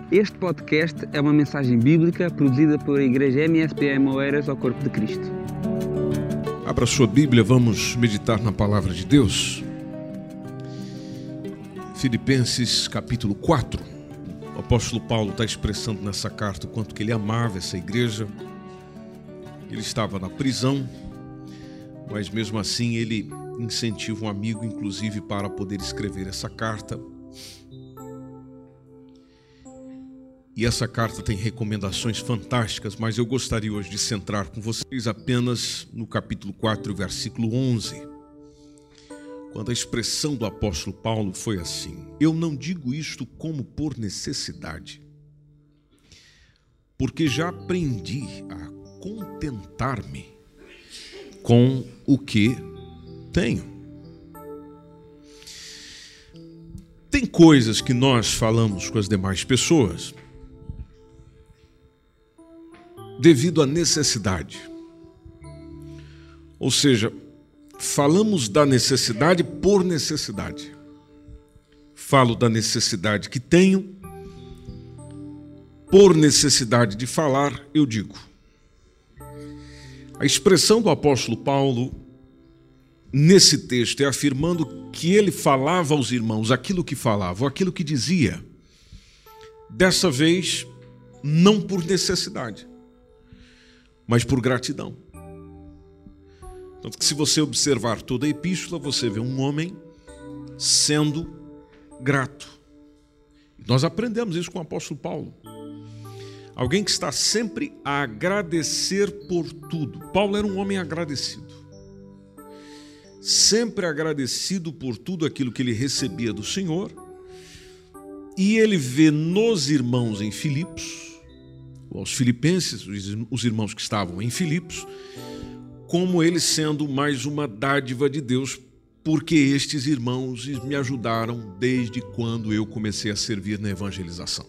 Este podcast é uma mensagem bíblica produzida pela Igreja MSPM Oeiras ao Corpo de Cristo. Abra sua Bíblia, vamos meditar na Palavra de Deus. Filipenses capítulo 4. O apóstolo Paulo está expressando nessa carta o quanto que ele amava essa igreja. Ele estava na prisão, mas mesmo assim ele incentiva um amigo, inclusive, para poder escrever essa carta. E essa carta tem recomendações fantásticas, mas eu gostaria hoje de centrar com vocês apenas no capítulo 4, versículo 11, quando a expressão do apóstolo Paulo foi assim: eu não digo isto como por necessidade, porque já aprendi a contentar-me com o que tenho. Tem coisas que nós falamos com as demais pessoas devido à necessidade. Ou seja, falamos da necessidade por necessidade. Falo da necessidade que tenho, por necessidade de falar, eu digo. A expressão do apóstolo Paulo nesse texto é afirmando que ele falava aos irmãos aquilo que falava, aquilo que dizia. Dessa vez, não por necessidade, mas por gratidão. Tanto que se você observar toda a epístola, você vê um homem sendo grato. Nós aprendemos isso com o apóstolo Paulo. Alguém que está sempre a agradecer por tudo. Paulo era um homem agradecido. Sempre agradecido por tudo aquilo que ele recebia do Senhor. E ele vê nos irmãos em Filipos, aos filipenses, os irmãos que estavam em Filipos, como eles sendo mais uma dádiva de Deus, porque estes irmãos me ajudaram desde quando eu comecei a servir na evangelização.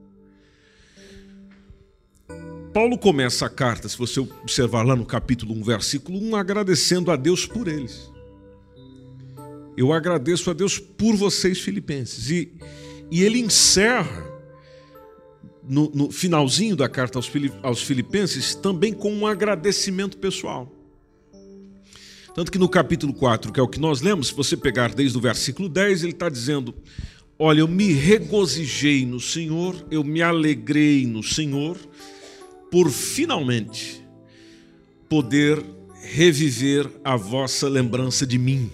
Paulo começa a carta, se você observar lá no capítulo 1, versículo 1, agradecendo a Deus por eles. Eu agradeço a Deus por vocês, filipenses. E ele encerra no finalzinho da carta aos Filipenses, também com um agradecimento pessoal. Tanto que no capítulo 4, que é o que nós lemos, se você pegar desde o versículo 10, ele está dizendo: olha, eu me regozijei no Senhor, eu me alegrei no Senhor, por finalmente poder reviver a vossa lembrança de mim.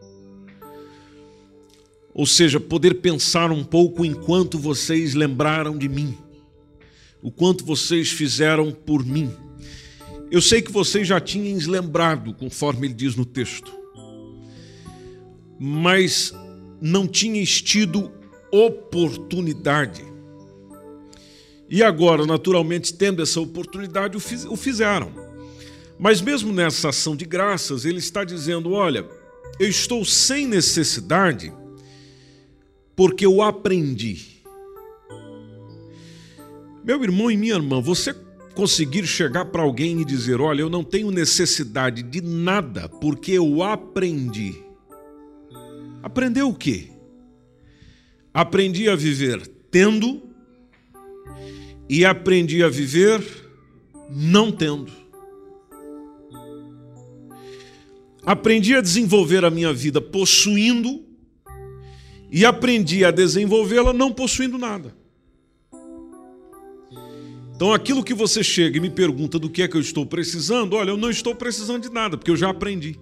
Ou seja, poder pensar um pouco enquanto vocês lembraram de mim. O quanto vocês fizeram por mim. Eu sei que vocês já tinham lembrado, conforme ele diz no texto, mas não tinhas tido oportunidade. E agora, naturalmente, tendo essa oportunidade, o fizeram. Mas mesmo nessa ação de graças, ele está dizendo: olha, eu estou sem necessidade porque eu aprendi. Meu irmão e minha irmã, você conseguir chegar para alguém e dizer: olha, eu não tenho necessidade de nada porque eu aprendi. Aprendeu o quê? Aprendi a viver tendo e aprendi a viver não tendo. Aprendi a desenvolver a minha vida possuindo e aprendi a desenvolvê-la não possuindo nada. Então, aquilo que você chega e me pergunta do que é que eu estou precisando, olha, eu não estou precisando de nada, porque eu já aprendi.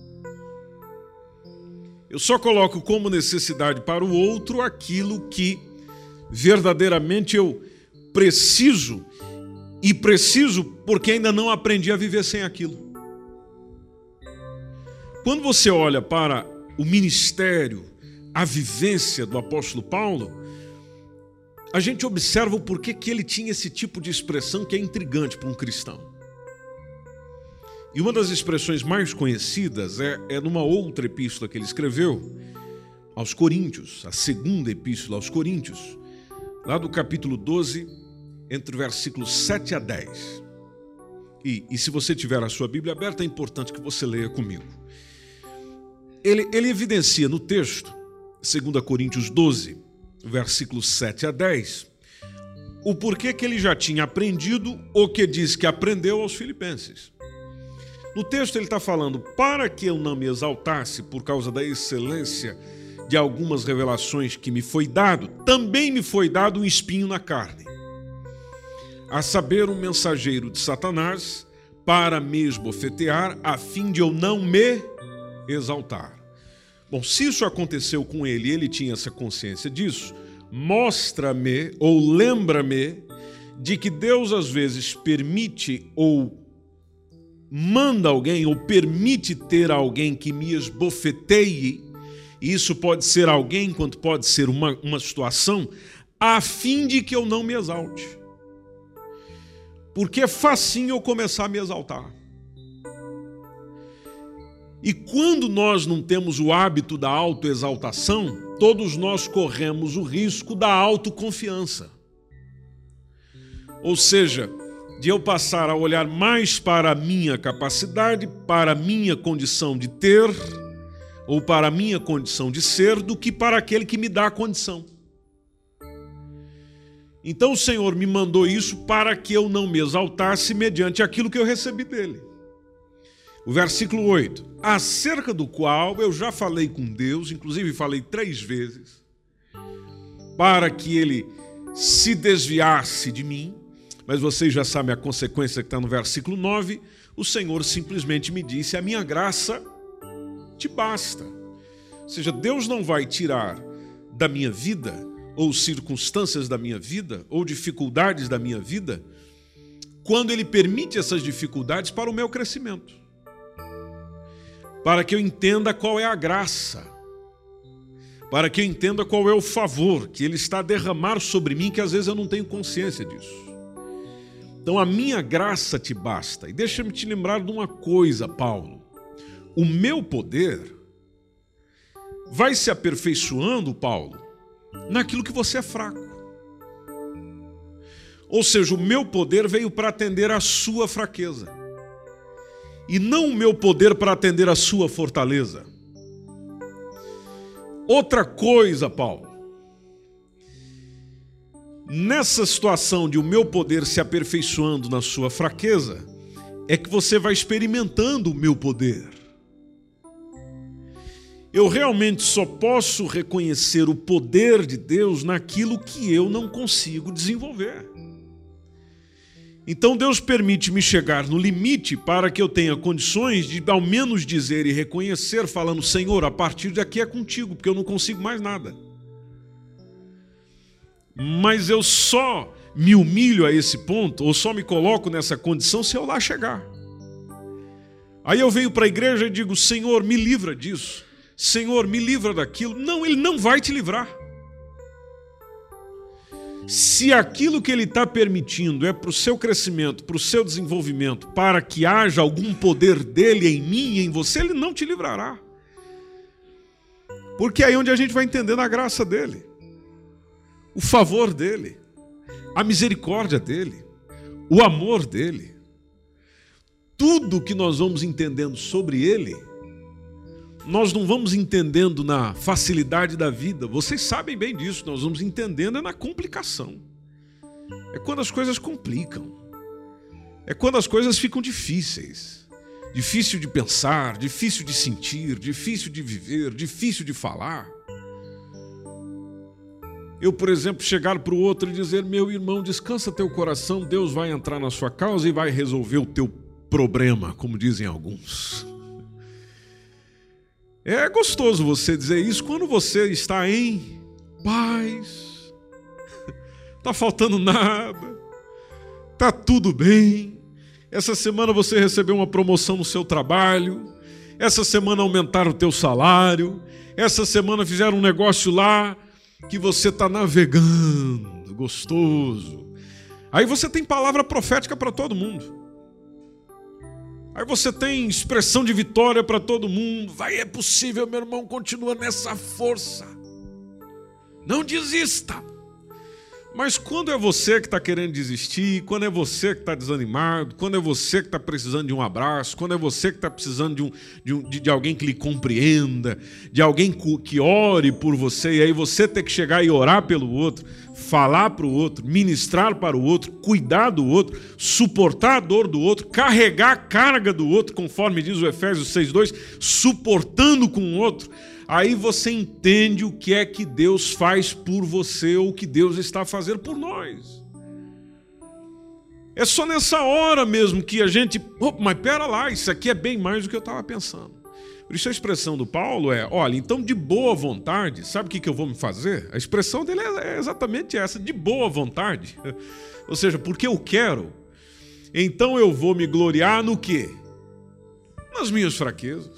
Eu só coloco como necessidade para o outro aquilo que verdadeiramente eu preciso, e preciso porque ainda não aprendi a viver sem aquilo. Quando você olha para o ministério, a vivência do apóstolo Paulo, a gente observa o porquê que ele tinha esse tipo de expressão que é intrigante para um cristão. E uma das expressões mais conhecidas é numa outra epístola que ele escreveu aos Coríntios, a segunda epístola aos Coríntios, lá do capítulo 12, entre versículos 7 a 10. E se você tiver a sua Bíblia aberta, é importante que você leia comigo. Ele evidencia no texto, 2 Coríntios 12, versículos 7 a 10, o porquê que ele já tinha aprendido o que diz que aprendeu aos filipenses. No texto ele está falando, para que eu não me exaltasse por causa da excelência de algumas revelações que me foi dado, também me foi dado um espinho na carne, a saber, um mensageiro de Satanás, para me esbofetear, a fim de eu não me exaltar. Bom, se isso aconteceu com ele e ele tinha essa consciência disso, mostra-me ou lembra-me de que Deus às vezes permite ou manda alguém ou permite ter alguém que me esbofeteie, e isso pode ser alguém, quanto pode ser uma situação, a fim de que eu não me exalte. Porque é facinho eu começar a me exaltar. E quando nós não temos o hábito da autoexaltação, todos nós corremos o risco da autoconfiança. Ou seja, de eu passar a olhar mais para a minha capacidade, para a minha condição de ter, ou para a minha condição de ser, do que para aquele que me dá a condição. Então o Senhor me mandou isso para que eu não me exaltasse mediante aquilo que eu recebi dele. O versículo 8, acerca do qual eu já falei com Deus, inclusive falei 3 vezes, para que ele se desviasse de mim, mas vocês já sabem a consequência que está no versículo 9, o Senhor simplesmente me disse, a minha graça te basta. Ou seja, Deus não vai tirar da minha vida, ou circunstâncias da minha vida, ou dificuldades da minha vida, quando Ele permite essas dificuldades para o meu crescimento. Para que eu entenda qual é a graça, para que eu entenda qual é o favor que Ele está a derramar sobre mim, que às vezes eu não tenho consciência disso. Então a minha graça te basta. E deixa-me te lembrar de uma coisa, Paulo. O meu poder vai se aperfeiçoando, Paulo, naquilo que você é fraco. Ou seja, o meu poder veio para atender a sua fraqueza. E não o meu poder para atender a sua fortaleza. Outra coisa, Paulo. Nessa situação de o meu poder se aperfeiçoando na sua fraqueza, é que você vai experimentando o meu poder. Eu realmente só posso reconhecer o poder de Deus naquilo que eu não consigo desenvolver. Então Deus permite-me chegar no limite para que eu tenha condições de ao menos dizer e reconhecer, falando, Senhor, a partir daqui é contigo, porque eu não consigo mais nada. Mas eu só me humilho a esse ponto, ou só me coloco nessa condição se eu lá chegar. Aí eu venho para a igreja e digo, Senhor, me livra disso. Senhor, me livra daquilo. Não, Ele não vai te livrar. Se aquilo que Ele está permitindo é para o seu crescimento, para o seu desenvolvimento, para que haja algum poder dEle em mim e em você, Ele não te livrará. Porque é aí onde a gente vai entendendo a graça dEle, o favor dEle, a misericórdia dEle, o amor dEle. Tudo que nós vamos entendendo sobre Ele, nós não vamos entendendo na facilidade da vida. Vocês sabem bem disso, nós vamos entendendo na complicação. É quando as coisas complicam. É quando as coisas ficam difíceis. Difícil de pensar, difícil de sentir, difícil de viver, difícil de falar. Eu, por exemplo, chegar para o outro e dizer, meu irmão, descansa teu coração, Deus vai entrar na sua causa e vai resolver o teu problema, como dizem alguns. É gostoso você dizer isso quando você está em paz, está faltando nada, está tudo bem. Essa semana você recebeu uma promoção no seu trabalho, essa semana aumentaram o teu salário, essa semana fizeram um negócio lá que você está navegando, gostoso. Aí você tem palavra profética para todo mundo. Aí você tem expressão de vitória para todo mundo. Vai, é possível, meu irmão, continua nessa força. Não desista. Mas quando é você que está querendo desistir, quando é você que está desanimado, quando é você que está precisando de um abraço, quando é você que está precisando de alguém que lhe compreenda, de alguém que ore por você, e aí você tem que chegar e orar pelo outro, falar para o outro, ministrar para o outro, cuidar do outro, suportar a dor do outro, carregar a carga do outro, conforme diz o Efésios 6:2, suportando com o outro, aí você entende o que é que Deus faz por você ou o que Deus está fazendo por nós. É só nessa hora mesmo que a gente... mas pera lá, isso aqui é bem mais do que eu estava pensando. Por isso a expressão do Paulo é, olha, então de boa vontade, sabe o que eu vou me fazer? A expressão dele é exatamente essa, de boa vontade. Ou seja, porque eu quero, então eu vou me gloriar no quê? Nas minhas fraquezas.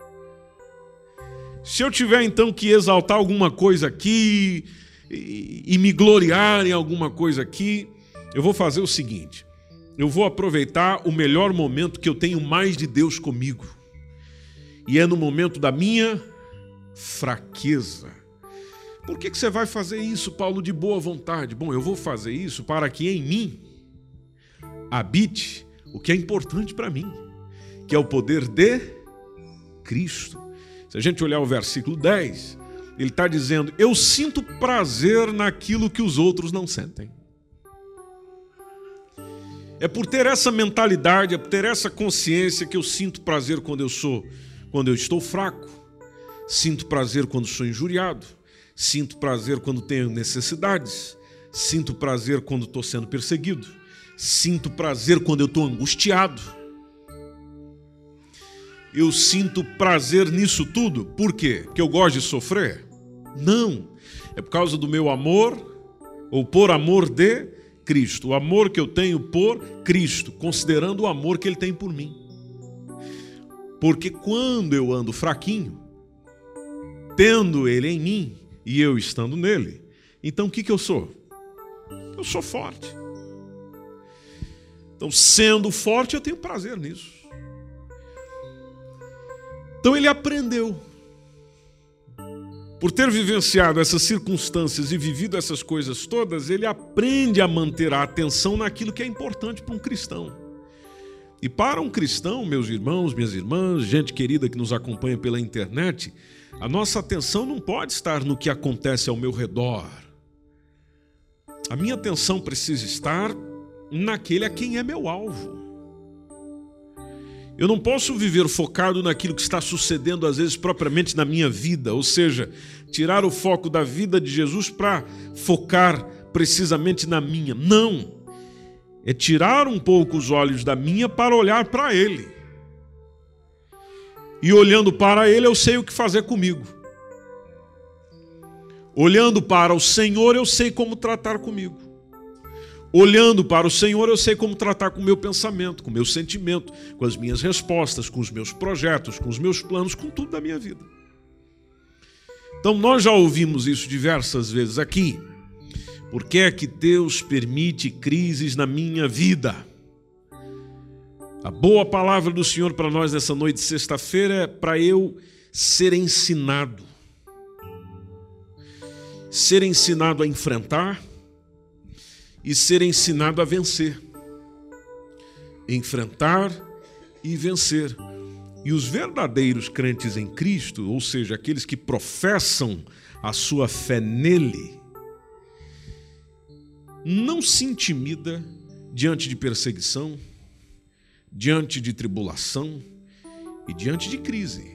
Se eu tiver então que exaltar alguma coisa aqui e me gloriar em alguma coisa aqui, eu vou fazer o seguinte, eu vou aproveitar o melhor momento que eu tenho mais de Deus comigo. E é no momento da minha fraqueza. Por que você vai fazer isso, Paulo, de boa vontade? Bom, eu vou fazer isso para que em mim habite o que é importante para mim, que é o poder de Cristo. Se a gente olhar o versículo 10, ele está dizendo, eu sinto prazer naquilo que os outros não sentem. É por ter essa mentalidade, é por ter essa consciência que eu sinto prazer quando eu estou fraco, sinto prazer quando sou injuriado, sinto prazer quando tenho necessidades, sinto prazer quando estou sendo perseguido, sinto prazer quando eu estou angustiado. Eu sinto prazer nisso tudo. Por quê? Porque eu gosto de sofrer? Não. É por causa do meu amor, ou por amor de Cristo. O amor que eu tenho por Cristo, considerando o amor que Ele tem por mim. Porque quando eu ando fraquinho, tendo Ele em mim e eu estando nele, então o que eu sou? Eu sou forte. Então, sendo forte, eu tenho prazer nisso. Então ele aprendeu, por ter vivenciado essas circunstâncias e vivido essas coisas todas, ele aprende a manter a atenção naquilo que é importante para um cristão. E para um cristão, meus irmãos, minhas irmãs, gente querida que nos acompanha pela internet, a nossa atenção não pode estar no que acontece ao meu redor. A minha atenção precisa estar naquele a quem é meu alvo. Eu não posso viver focado naquilo que está sucedendo, às vezes, propriamente na minha vida, ou seja, tirar o foco da vida de Jesus para focar precisamente na minha. Não. É tirar um pouco os olhos da minha para olhar para Ele. E olhando para Ele, eu sei o que fazer comigo. Olhando para o Senhor, eu sei como tratar comigo. Olhando para o Senhor, eu sei como tratar com o meu pensamento, com o meu sentimento, com as minhas respostas, com os meus projetos, com os meus planos, com tudo da minha vida. Então, nós já ouvimos isso diversas vezes aqui. Por que é que Deus permite crises na minha vida? A boa palavra do Senhor para nós nessa noite de sexta-feira é para eu ser ensinado. Ser ensinado a enfrentar e ser ensinado a vencer. Enfrentar e vencer. E os verdadeiros crentes em Cristo, ou seja, aqueles que professam a sua fé nele, não se intimida diante de perseguição, diante de tribulação e diante de crise.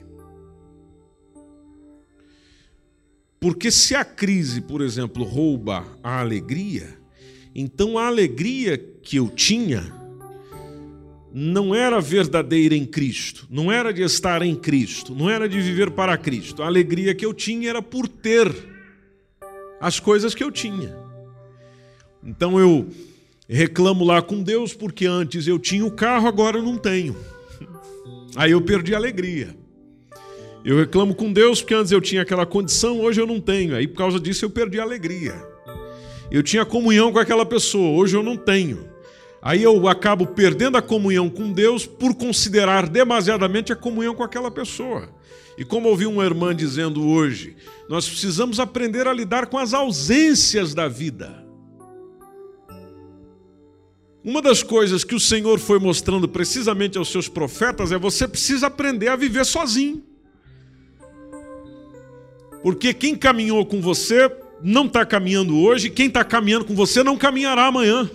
Porque se a crise, por exemplo, rouba a alegria, então a alegria que eu tinha não era verdadeira em Cristo, não era de estar em Cristo, não era de viver para Cristo. A alegria que eu tinha era por ter as coisas que eu tinha. Então eu reclamo lá com Deus porque antes eu tinha o carro, agora eu não tenho. Aí eu perdi a alegria. Eu reclamo com Deus porque antes eu tinha aquela condição, hoje eu não tenho. Aí por causa disso eu perdi a alegria. Eu tinha comunhão com aquela pessoa, hoje eu não tenho. Aí eu acabo perdendo a comunhão com Deus por considerar demasiadamente a comunhão com aquela pessoa. E como ouvi uma irmã dizendo hoje, nós precisamos aprender a lidar com as ausências da vida. Uma das coisas que o Senhor foi mostrando precisamente aos seus profetas é: você precisa aprender a viver sozinho. Porque quem caminhou com você não está caminhando hoje, quem está caminhando com você não caminhará amanhã.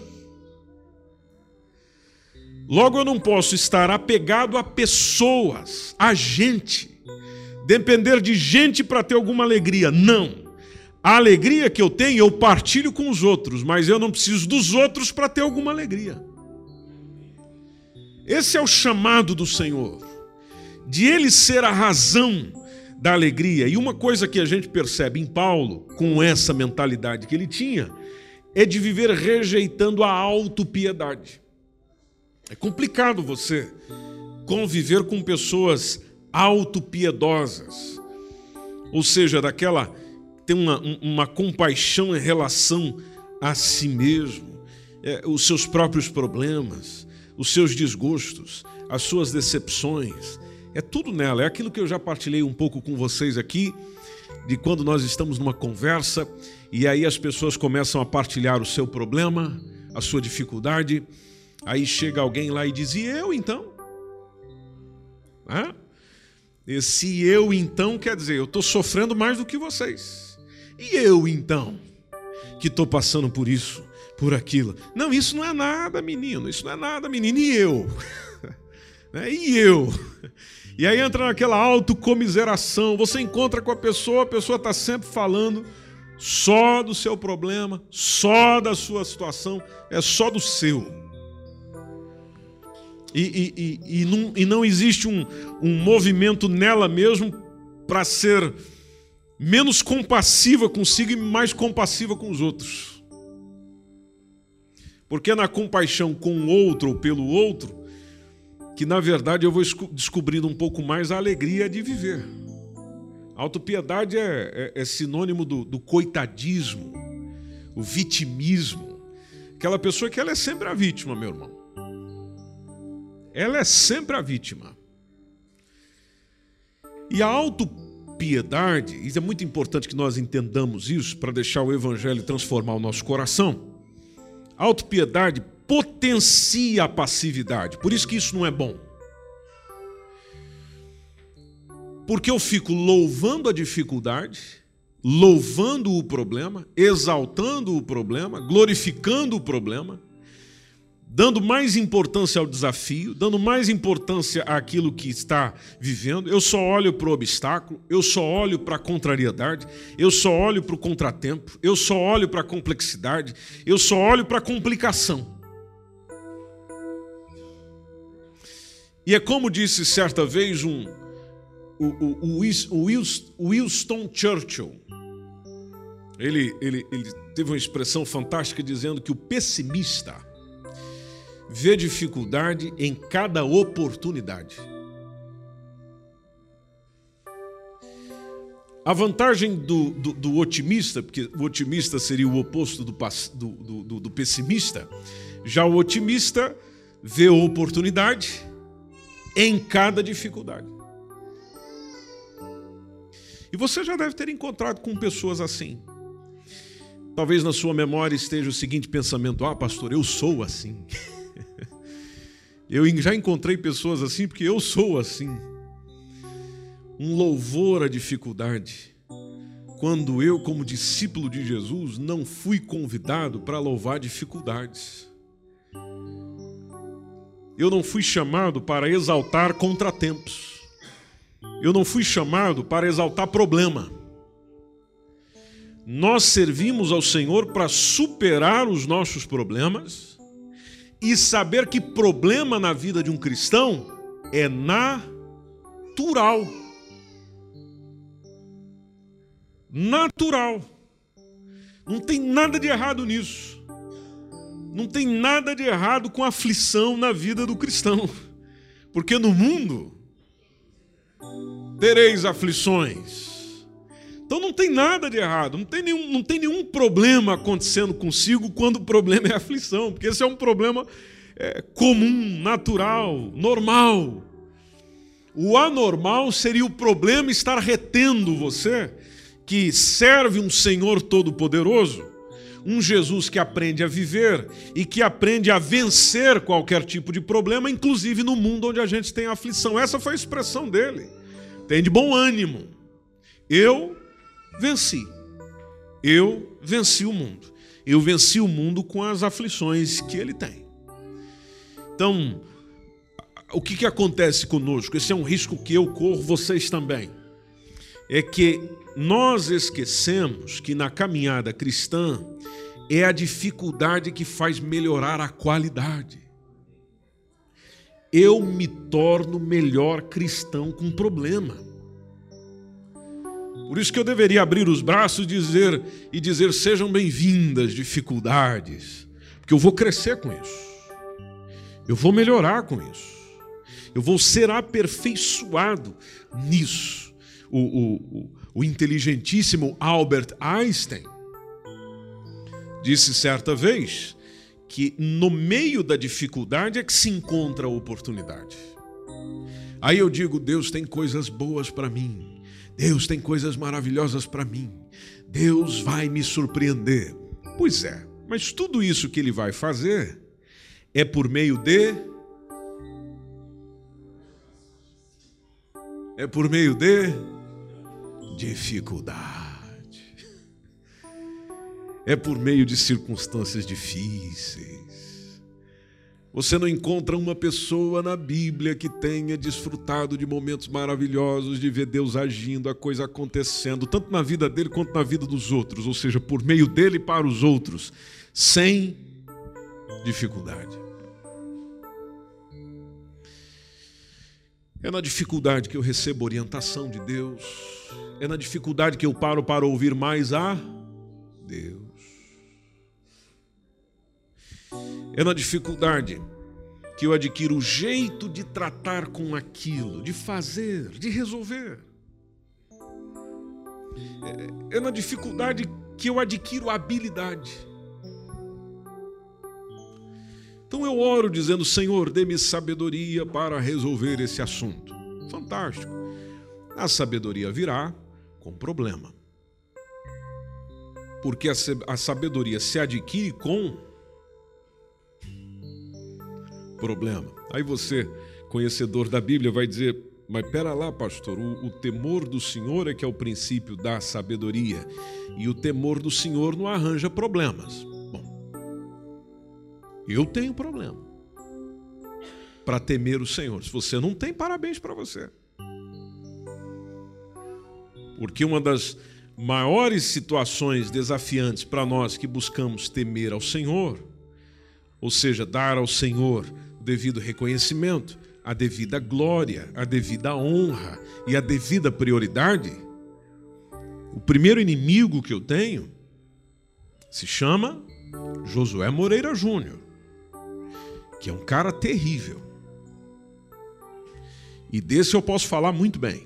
Logo, eu não posso estar apegado a pessoas, a gente, depender de gente para ter alguma alegria. Não. A alegria que eu tenho, eu partilho com os outros, mas eu não preciso dos outros para ter alguma alegria. Esse é o chamado do Senhor, de Ele ser a razão da alegria. E uma coisa que a gente percebe em Paulo, com essa mentalidade que ele tinha, é de viver rejeitando a autopiedade. É complicado você conviver com pessoas autopiedosas, ou seja, daquela tem uma compaixão em relação a si mesmo, os seus próprios problemas, os seus desgostos, as suas decepções, é tudo nela. É aquilo que eu já partilhei um pouco com vocês aqui, de quando nós estamos numa conversa e aí as pessoas começam a partilhar o seu problema, a sua dificuldade, aí chega alguém lá e diz: e eu então? Esse eu então quer dizer, eu estou sofrendo mais do que vocês. E eu então, que estou passando por isso, por aquilo. Não, isso não é nada, menino, isso não é nada, menino. E eu? E eu? E aí entra naquela autocomiseração. Você encontra com a pessoa está sempre falando só do seu problema, só da sua situação, é só do seu. E não existe um movimento nela mesmo para ser menos compassiva consigo e mais compassiva com os outros. Porque é na compaixão com o outro ou pelo outro que, na verdade, eu vou descobrindo um pouco mais a alegria de viver. A autopiedade é sinônimo do coitadismo, o vitimismo. Aquela pessoa que ela é sempre a vítima, meu irmão. Ela é sempre a vítima. E a autopiedade, e é muito importante que nós entendamos isso para deixar o Evangelho transformar o nosso coração. A autopiedade potencia a passividade, por isso que isso não é bom. Porque eu fico louvando a dificuldade, louvando o problema, exaltando o problema, glorificando o problema, dando mais importância ao desafio, dando mais importância àquilo que está vivendo. Eu só olho para o obstáculo, eu só olho para a contrariedade, eu só olho para o contratempo, eu só olho para a complexidade, eu só olho para a complicação. E é como disse certa vez o Winston Churchill. Ele teve uma expressão fantástica dizendo que o pessimista vê dificuldade em cada oportunidade. A vantagem do otimista, porque o otimista seria o oposto do pessimista, já o otimista vê a oportunidade em cada dificuldade. E você já deve ter encontrado com pessoas assim. Talvez na sua memória esteja o seguinte pensamento: pastor, eu sou assim. Eu já encontrei pessoas assim porque eu sou assim. Um louvor à dificuldade. Quando eu, como discípulo de Jesus, não fui convidado para louvar dificuldades. Eu não fui chamado para exaltar contratempos. Eu não fui chamado para exaltar problema. Nós servimos ao Senhor para superar os nossos problemas e saber que problema na vida de um cristão é natural. Natural. Não tem nada de errado nisso. Não tem nada de errado com aflição na vida do cristão. Porque no mundo tereis aflições. Então não tem nada de errado, não tem nenhum problema acontecendo consigo quando o problema é aflição, porque esse é um problema comum, natural, normal. O anormal seria o problema estar retendo você, que serve um Senhor Todo-Poderoso, um Jesus que aprende a viver e que aprende a vencer qualquer tipo de problema, inclusive no mundo onde a gente tem aflição. Essa foi a expressão dele. Tem de bom ânimo. Eu venci. Eu venci o mundo. Eu venci o mundo com as aflições que ele tem. Então, o que acontece conosco? Esse é um risco que eu corro, vocês também. É que nós esquecemos que na caminhada cristã é a dificuldade que faz melhorar a qualidade. Eu me torno melhor cristão com problema. Por isso que eu deveria abrir os braços e dizer sejam bem-vindas dificuldades, porque eu vou crescer com isso, eu vou melhorar com isso, eu vou ser aperfeiçoado nisso. O inteligentíssimo Albert Einstein disse certa vez que no meio da dificuldade é que se encontra a oportunidade. Aí eu digo, Deus tem coisas boas para mim. Deus tem coisas maravilhosas para mim. Deus vai me surpreender. Pois é, mas tudo isso que ele vai fazer é por meio de dificuldade. É por meio de circunstâncias difíceis. Você não encontra uma pessoa na Bíblia que tenha desfrutado de momentos maravilhosos, de ver Deus agindo, a coisa acontecendo, tanto na vida dele quanto na vida dos outros, ou seja, por meio dele para os outros, sem dificuldade. É na dificuldade que eu recebo orientação de Deus, é na dificuldade que eu paro para ouvir mais a Deus. É na dificuldade que eu adquiro o jeito de tratar com aquilo, de fazer, de resolver. É na dificuldade que eu adquiro a habilidade. Então eu oro dizendo, Senhor, dê-me sabedoria para resolver esse assunto. Fantástico. A sabedoria virá com problema. Porque a sabedoria se adquire com problema. Aí você, conhecedor da Bíblia, vai dizer, mas pera lá, pastor, o temor do Senhor é que é o princípio da sabedoria. E o temor do Senhor não arranja problemas. Bom, eu tenho problema para temer o Senhor. Se você não tem, parabéns para você. Porque uma das maiores situações desafiantes para nós que buscamos temer ao Senhor, ou seja, dar ao Senhor o devido reconhecimento, a devida glória, a devida honra e a devida prioridade, o primeiro inimigo que eu tenho se chama Josué Moreira Júnior, que é um cara terrível. E desse eu posso falar muito bem.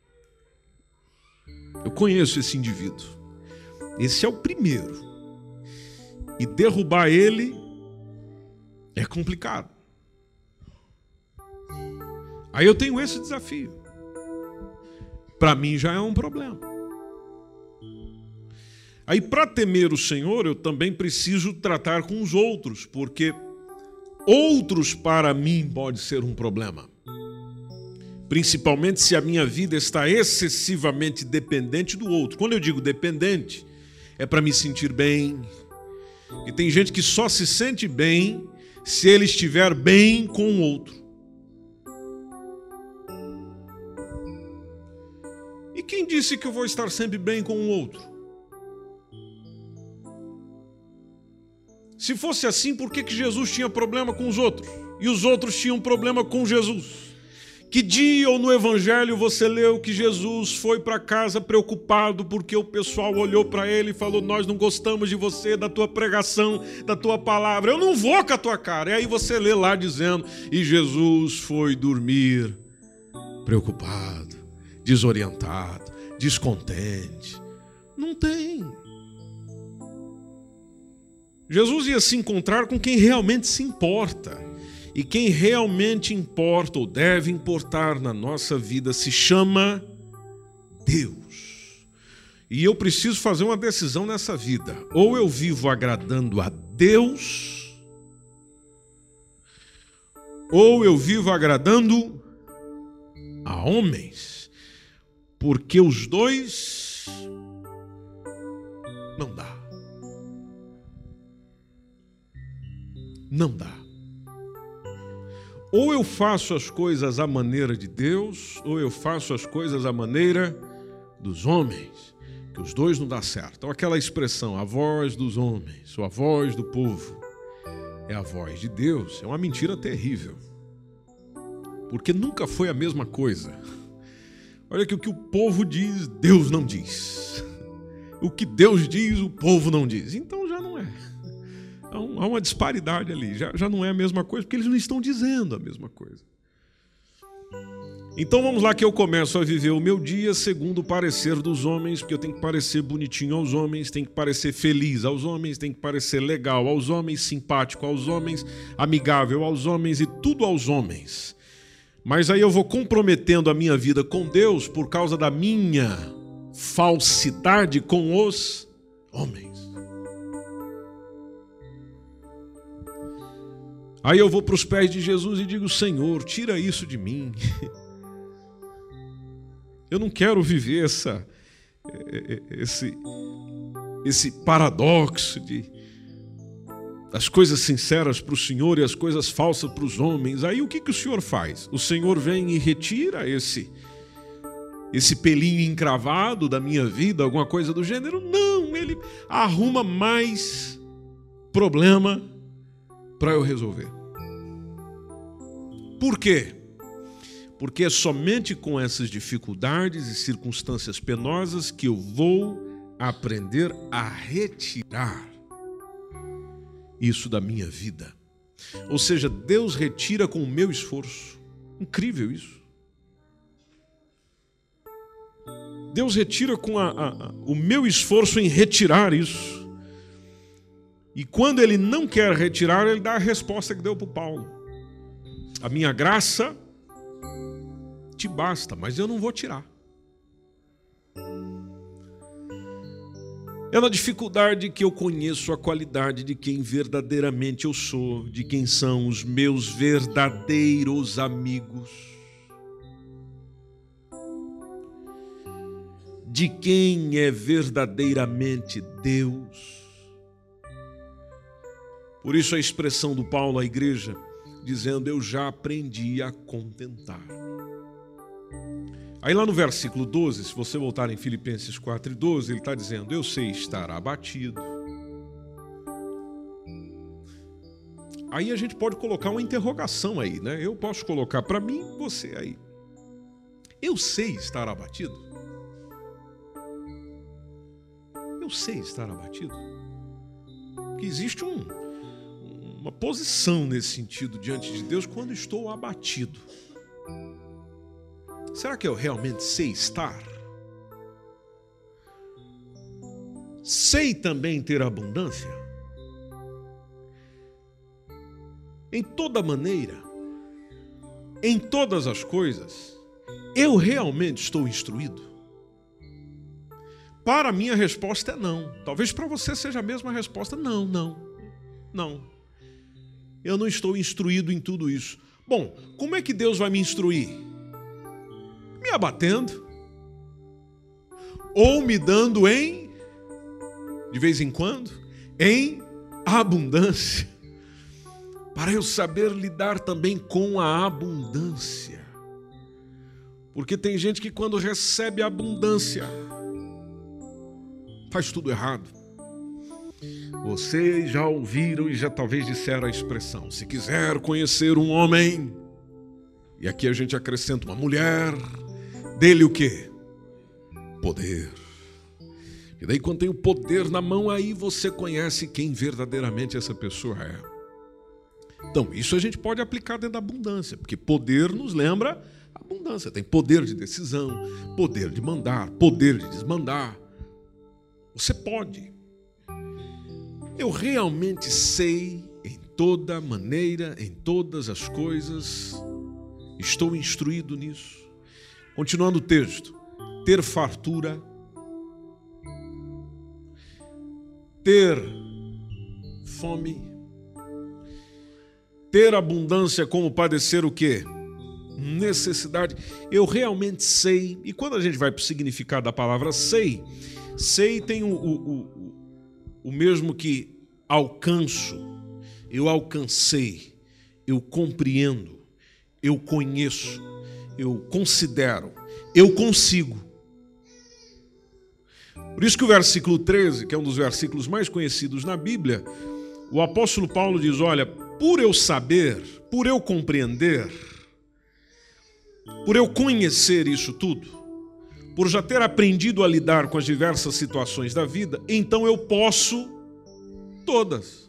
Eu conheço esse indivíduo. Esse é o primeiro. E derrubar ele é complicado. Aí eu tenho esse desafio. Para mim já é um problema. Aí para temer o Senhor eu também preciso tratar com os outros, porque outros para mim pode ser um problema. Principalmente se a minha vida está excessivamente dependente do outro. Quando eu digo dependente, é para me sentir bem. E tem gente que só se sente bem se ele estiver bem com o outro. E quem disse que eu vou estar sempre bem com o outro? Se fosse assim, por que Jesus tinha problema com os outros? E os outros tinham problema com Jesus? Que dia ou no Evangelho você leu que Jesus foi para casa preocupado porque o pessoal olhou para ele e falou, nós não gostamos de você, da tua pregação, da tua palavra, eu não vou com a tua cara. E aí você lê lá dizendo, e Jesus foi dormir preocupado, desorientado, descontente. Não tem. Jesus ia se encontrar com quem realmente se importa. E quem realmente importa ou deve importar na nossa vida se chama Deus. E eu preciso fazer uma decisão nessa vida. Ou eu vivo agradando a Deus, ou eu vivo agradando a homens. Porque os dois não dá. Não dá. Ou eu faço as coisas à maneira de Deus, ou eu faço as coisas à maneira dos homens. Que os dois não dá certo. Então aquela expressão, a voz dos homens, ou a voz do povo, é a voz de Deus, é uma mentira terrível. Porque nunca foi a mesma coisa. Olha que o que o povo diz, Deus não diz. O que Deus diz, o povo não diz. Então já não é. Há uma disparidade ali. Já não é a mesma coisa, porque eles não estão dizendo a mesma coisa. Então vamos lá que eu começo a viver o meu dia segundo o parecer dos homens, porque eu tenho que parecer bonitinho aos homens, tenho que parecer feliz aos homens, tenho que parecer legal aos homens, simpático aos homens, amigável aos homens e tudo aos homens. Mas aí eu vou comprometendo a minha vida com Deus por causa da minha falsidade com os homens. Aí eu vou para os pés de Jesus e digo, Senhor, tira isso de mim. Eu não quero viver esse paradoxo das coisas sinceras para o Senhor e as coisas falsas para os homens. Aí o que o Senhor faz? O Senhor vem e retira esse pelinho encravado da minha vida, alguma coisa do gênero? Não, ele arruma mais problema para eu resolver. Por quê? Porque é somente com essas dificuldades e circunstâncias penosas que eu vou aprender a retirar isso da minha vida. Ou seja, Deus retira com o meu esforço. Incrível isso. Deus retira com o meu esforço em retirar isso. E quando Ele não quer retirar, Ele dá a resposta que deu para o Paulo. A minha graça te basta, mas eu não vou tirar. É na dificuldade que eu conheço a qualidade de quem verdadeiramente eu sou, de quem são os meus verdadeiros amigos, de quem é verdadeiramente Deus. Por isso a expressão do Paulo à igreja, dizendo, eu já aprendi a contentar. Aí lá no versículo 12, se você voltar em Filipenses 4:12, ele está dizendo, eu sei estar abatido. Aí a gente pode colocar uma interrogação aí, né? Eu posso colocar para mim, você aí. Eu sei estar abatido? Eu sei estar abatido? Porque existe uma posição nesse sentido diante de Deus quando estou abatido. Será que eu realmente sei estar? Sei também ter abundância? Em toda maneira, em todas as coisas, eu realmente estou instruído? Para mim a resposta é não. Talvez para você seja a mesma resposta, não. Eu não estou instruído em tudo isso. Bom, como é que Deus vai me instruir? Me abatendo, ou me dando de vez em quando, em abundância, para eu saber lidar também com a abundância. Porque tem gente que quando recebe a abundância, faz tudo errado. Vocês já ouviram e já talvez disseram a expressão, se quiser conhecer um homem, e aqui a gente acrescenta uma mulher, dele o quê? Poder. E daí quando tem o poder na mão, aí você conhece quem verdadeiramente essa pessoa é. Então, isso a gente pode aplicar dentro da abundância, porque poder nos lembra abundância. Tem poder de decisão, poder de mandar, poder de desmandar. Você pode. Eu realmente sei em toda maneira, em todas as coisas, estou instruído nisso. Continuando o texto, ter fartura ter fome, ter abundância como padecer o quê? Necessidade. Eu realmente sei, e quando a gente vai para o significado da palavra sei tem o mesmo que alcanço, eu alcancei, eu compreendo, eu conheço, eu considero, eu consigo. Por isso que o versículo 13, que é um dos versículos mais conhecidos na Bíblia, o apóstolo Paulo diz, olha, por eu saber, por eu compreender, por eu conhecer isso tudo, por já ter aprendido a lidar com as diversas situações da vida, então eu posso todas.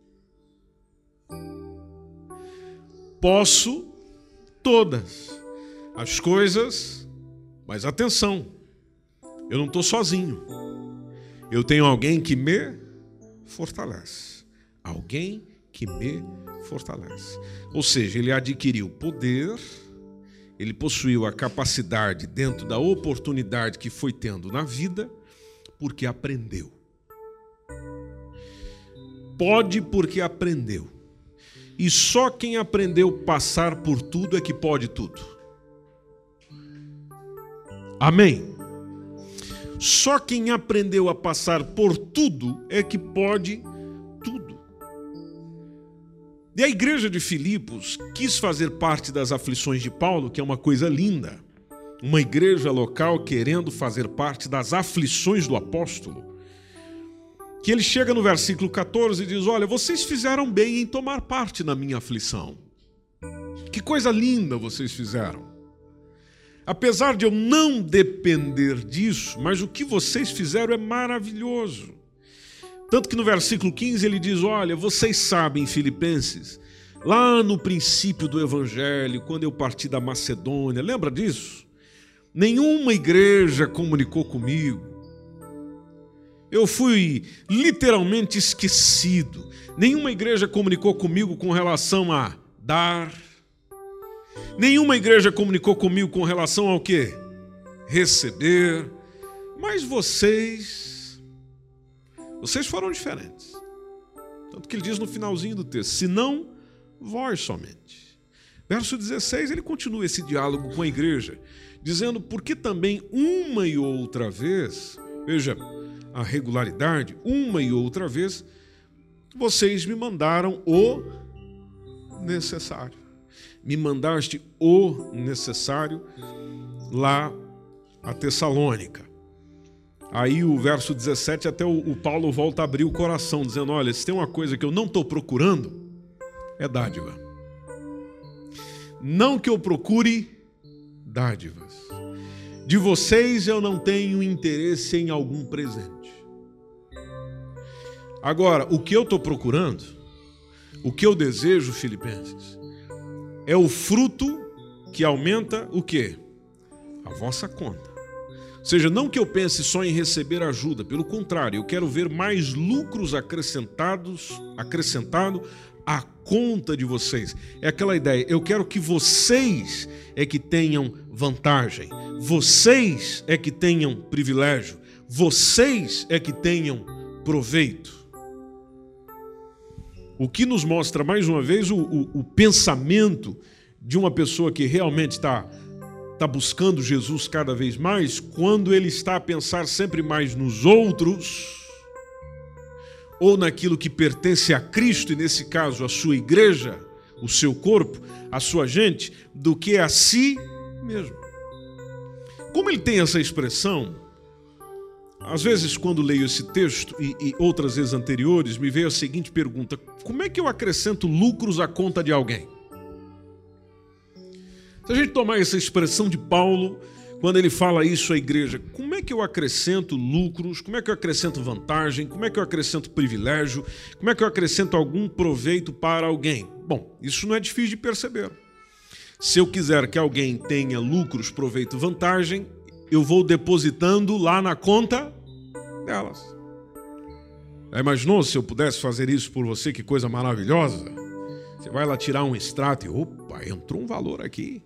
Posso todas as coisas, mas atenção, eu não estou sozinho. Eu tenho alguém que me fortalece. Alguém que me fortalece. Ou seja, ele adquiriu poder, ele possuiu a capacidade dentro da oportunidade que foi tendo na vida, porque aprendeu. Pode porque aprendeu. E só quem aprendeu passar por tudo é que pode tudo. Amém? Só quem aprendeu a passar por tudo é que pode tudo. E a igreja de Filipos quis fazer parte das aflições de Paulo, que é uma coisa linda. Uma igreja local querendo fazer parte das aflições do apóstolo. Que ele chega no versículo 14 e diz, olha, vocês fizeram bem em tomar parte na minha aflição. Que coisa linda vocês fizeram. Apesar de eu não depender disso, mas o que vocês fizeram é maravilhoso. Tanto que no versículo 15 ele diz, olha, vocês sabem, Filipenses, lá no princípio do Evangelho, quando eu parti da Macedônia, lembra disso? Nenhuma igreja comunicou comigo. Eu fui literalmente esquecido. Nenhuma igreja comunicou comigo com relação a dar. Nenhuma igreja comunicou comigo com relação ao quê? Receber. Mas vocês foram diferentes. Tanto que ele diz no finalzinho do texto, senão vós somente. Verso 16, ele continua esse diálogo com a igreja, dizendo, porque também uma e outra vez, veja a regularidade, uma e outra vez, vocês me mandaram o necessário. Me mandaste o necessário lá a Tessalônica. Aí o verso 17, até o Paulo volta a abrir o coração, dizendo, olha, se tem uma coisa que eu não estou procurando, é dádiva. Não que eu procure dádivas. De vocês eu não tenho interesse em algum presente. Agora, o que eu estou procurando, o que eu desejo, Filipenses, é o fruto que aumenta o quê? A vossa conta. Ou seja, não que eu pense só em receber ajuda, pelo contrário, eu quero ver mais lucros acrescentado à conta de vocês. É aquela ideia, eu quero que vocês é que tenham vantagem, vocês é que tenham privilégio, vocês é que tenham proveito. O que nos mostra, mais uma vez, o pensamento de uma pessoa que realmente está buscando Jesus cada vez mais, quando ele está a pensar sempre mais nos outros, ou naquilo que pertence a Cristo, e nesse caso a sua igreja, o seu corpo, a sua gente, do que a si mesmo. Como ele tem essa expressão, às vezes, quando leio esse texto e outras vezes anteriores, me veio a seguinte pergunta, como é que eu acrescento lucros à conta de alguém? Se a gente tomar essa expressão de Paulo, quando ele fala isso à igreja, como é que eu acrescento lucros, como é que eu acrescento vantagem, como é que eu acrescento privilégio, como é que eu acrescento algum proveito para alguém? Bom, isso não é difícil de perceber. Se eu quiser que alguém tenha lucros, proveito, vantagem, eu vou depositando lá na conta delas. Já imaginou se eu pudesse fazer isso por você? Que coisa maravilhosa. Você vai lá tirar um extrato e, opa, entrou um valor aqui.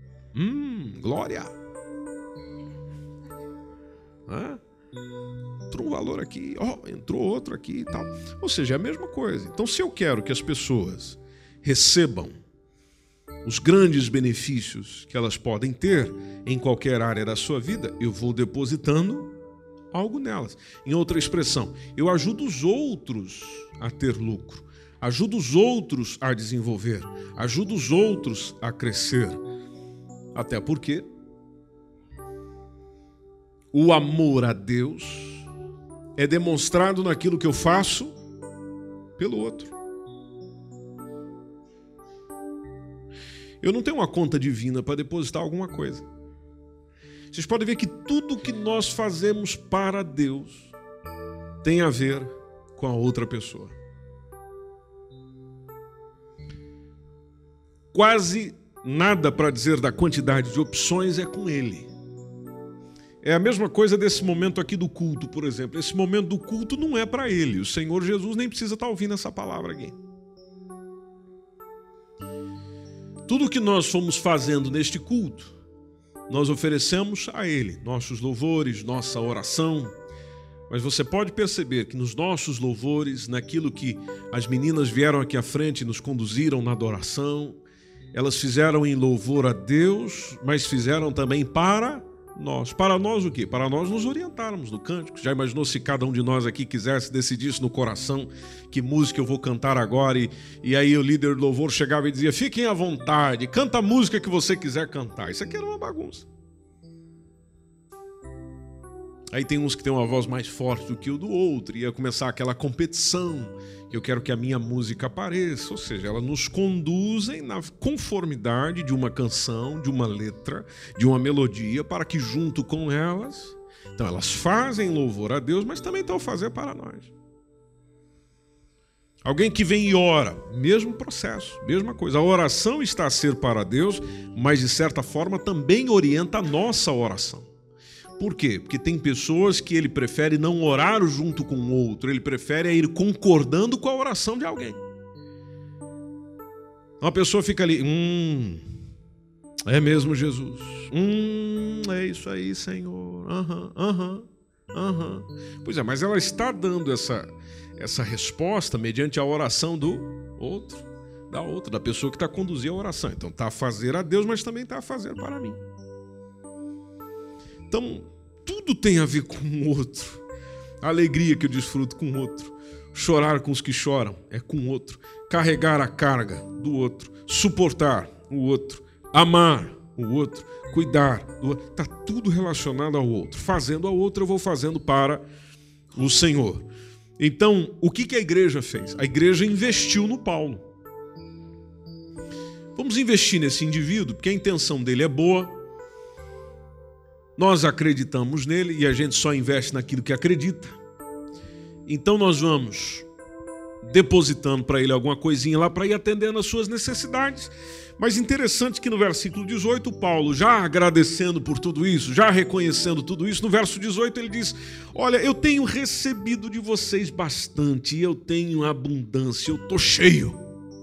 Glória. entrou um valor aqui, entrou outro aqui e tal. Ou seja, é a mesma coisa. Então, se eu quero que as pessoas recebam os grandes benefícios que elas podem ter em qualquer área da sua vida, eu vou depositando algo nelas. Em outra expressão, eu ajudo os outros a ter lucro, ajudo os outros a desenvolver, ajudo os outros a crescer. Até porque o amor a Deus é demonstrado naquilo que eu faço pelo outro. Eu não tenho uma conta divina para depositar alguma coisa. Vocês podem ver que tudo que nós fazemos para Deus tem a ver com a outra pessoa. Quase nada para dizer da quantidade de opções é com Ele. É a mesma coisa desse momento aqui do culto, por exemplo. Esse momento do culto não é para Ele. O Senhor Jesus nem precisa estar ouvindo essa palavra aqui. Tudo que nós fomos fazendo neste culto, nós oferecemos a Ele, nossos louvores, nossa oração. Mas você pode perceber que nos nossos louvores, naquilo que as meninas vieram aqui à frente e nos conduziram na adoração, elas fizeram em louvor a Deus, mas fizeram também para nós. Para nós o quê? Para nós nos orientarmos no cântico. Já imaginou se cada um de nós aqui quisesse, decidisse no coração que música eu vou cantar agora e aí o líder do louvor chegava e dizia: fiquem à vontade, canta a música que você quiser cantar. Isso aqui era uma bagunça. Aí tem uns que têm uma voz mais forte do que o do outro, e ia começar aquela competição, eu quero que a minha música apareça, ou seja, elas nos conduzem na conformidade de uma canção, de uma letra, de uma melodia, para que junto com elas, então elas fazem louvor a Deus, mas também estão a fazer para nós. Alguém que vem e ora, mesmo processo, mesma coisa, a oração está a ser para Deus, mas de certa forma também orienta a nossa oração. Por quê? Porque tem pessoas que ele prefere não orar junto com o outro, ele prefere ir concordando com a oração de alguém. Uma pessoa fica ali, é mesmo Jesus, é isso aí, Senhor, Pois é, mas ela está dando essa resposta mediante a oração do outro, da pessoa que está a conduzir a oração. Então está a fazer a Deus, mas também está a fazer para mim. Então, tudo tem a ver com o outro. A alegria que eu desfruto com o outro. Chorar com os que choram é com o outro. Carregar a carga do outro. Suportar o outro. Amar o outro. Cuidar do outro. Está tudo relacionado ao outro. Fazendo ao outro, eu vou fazendo para o Senhor. Então, o que a igreja fez? A igreja investiu no Paulo. Vamos investir nesse indivíduo, porque a intenção dele é boa. Nós acreditamos nele e a gente só investe naquilo que acredita. Então nós vamos depositando para ele alguma coisinha lá para ir atendendo às suas necessidades. Mas interessante que no versículo 18, Paulo, já agradecendo por tudo isso, já reconhecendo tudo isso, no verso 18 ele diz: olha, eu tenho recebido de vocês bastante, eu tenho abundância, eu estou cheio.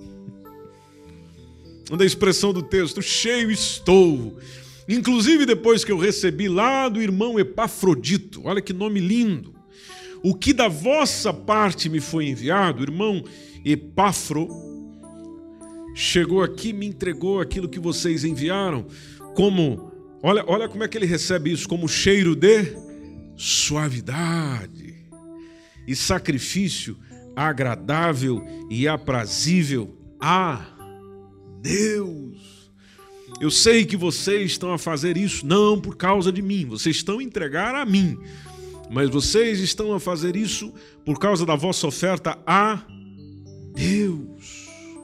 Onde a expressão do texto, cheio estou. Inclusive depois que eu recebi lá do irmão Epafrodito, olha que nome lindo, o que da vossa parte me foi enviado, o irmão Epafro chegou aqui e me entregou aquilo que vocês enviaram, como, olha como é que ele recebe isso, como cheiro de suavidade e sacrifício agradável e aprazível a Deus. Eu sei que vocês estão a fazer isso não por causa de mim, vocês estão a entregar a mim, mas vocês estão a fazer isso por causa da vossa oferta a Deus.